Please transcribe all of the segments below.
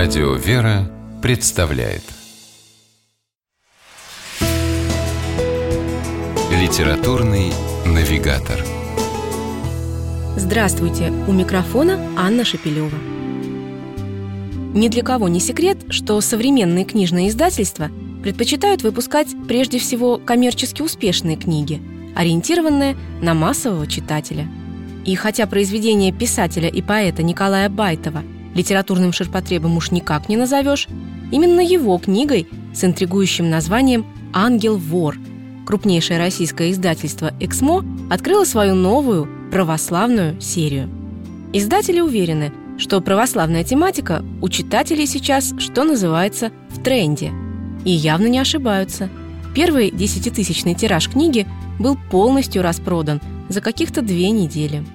Радио «Вера» представляет Литературный навигатор. Здравствуйте! У микрофона Анна Шепелева. Ни для кого не секрет, что современные книжные издательства предпочитают выпускать прежде всего коммерчески успешные книги, ориентированные на массового читателя. И хотя произведение писателя и поэта Николая Байтова литературным ширпотребом уж никак не назовешь, именно его книгой с интригующим названием «Ангел-вор» крупнейшее российское издательство «Эксмо» открыло свою новую православную серию. Издатели уверены, что православная тематика у читателей сейчас, что называется, в тренде. И явно не ошибаются. Первый 10-тысячный тираж книги был полностью распродан за каких-то 2 недели.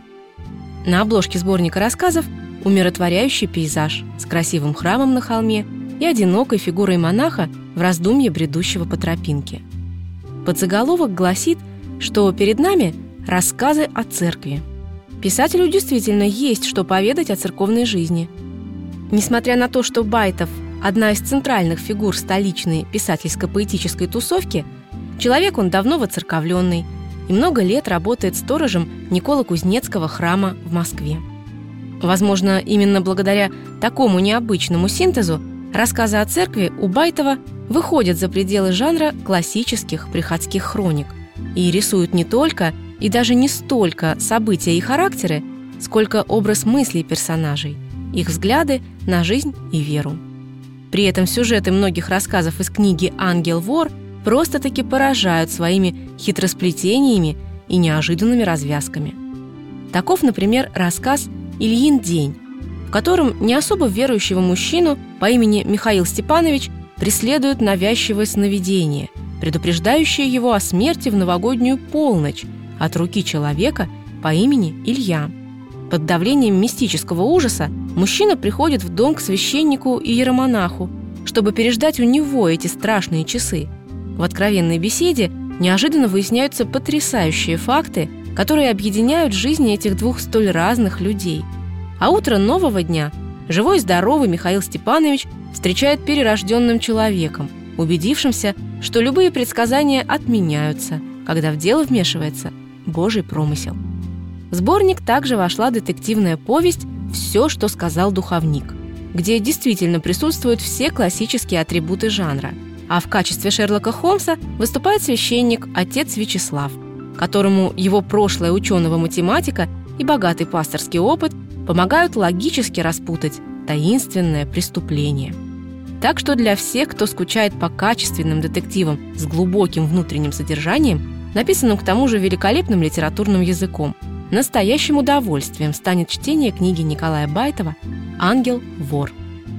На обложке сборника рассказов умиротворяющий пейзаж с красивым храмом на холме и одинокой фигурой монаха в раздумье бредущего по тропинке. Подзаголовок гласит, что перед нами рассказы о церкви. Писателю действительно есть что поведать о церковной жизни. Несмотря на то, что Байтов – одна из центральных фигур столичной писательско-поэтической тусовки, человек он давно воцерковленный и много лет работает сторожем Николо-Кузнецкого храма в Москве. Возможно, именно благодаря такому необычному синтезу рассказы о церкви у Байтова выходят за пределы жанра классических приходских хроник и рисуют не только и даже не столько события и характеры, сколько образ мыслей персонажей, их взгляды на жизнь и веру. При этом сюжеты многих рассказов из книги «Ангел-вор» просто-таки поражают своими хитросплетениями и неожиданными развязками. Таков, например, рассказ «Ильин день», в котором не особо верующего мужчину по имени Михаил Степанович преследует навязчивое сновидение, предупреждающее его о смерти в новогоднюю полночь от руки человека по имени Илья. Под давлением мистического ужаса мужчина приходит в дом к священнику и иеромонаху, чтобы переждать у него эти страшные часы. В откровенной беседе неожиданно выясняются потрясающие факты, которые объединяют жизни этих двух столь разных людей. А утро нового дня живой и здоровый Михаил Степанович встречает перерожденным человеком, убедившимся, что любые предсказания отменяются, когда в дело вмешивается Божий промысел. В сборник также вошла детективная повесть «Все, что сказал духовник», где действительно присутствуют все классические атрибуты жанра, а в качестве Шерлока Холмса выступает священник отец Вячеслав, которому его прошлое ученого-математика и богатый пасторский опыт помогают логически распутать таинственное преступление. Так что для всех, кто скучает по качественным детективам с глубоким внутренним содержанием, написанным к тому же великолепным литературным языком, настоящим удовольствием станет чтение книги Николая Байтова «Ангел-вор».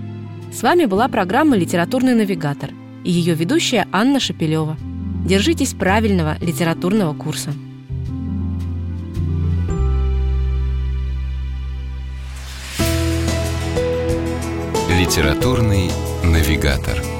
С вами была программа «Литературный навигатор» и ее ведущая Анна Шепелева. Держитесь правильного литературного курса. Литературный навигатор.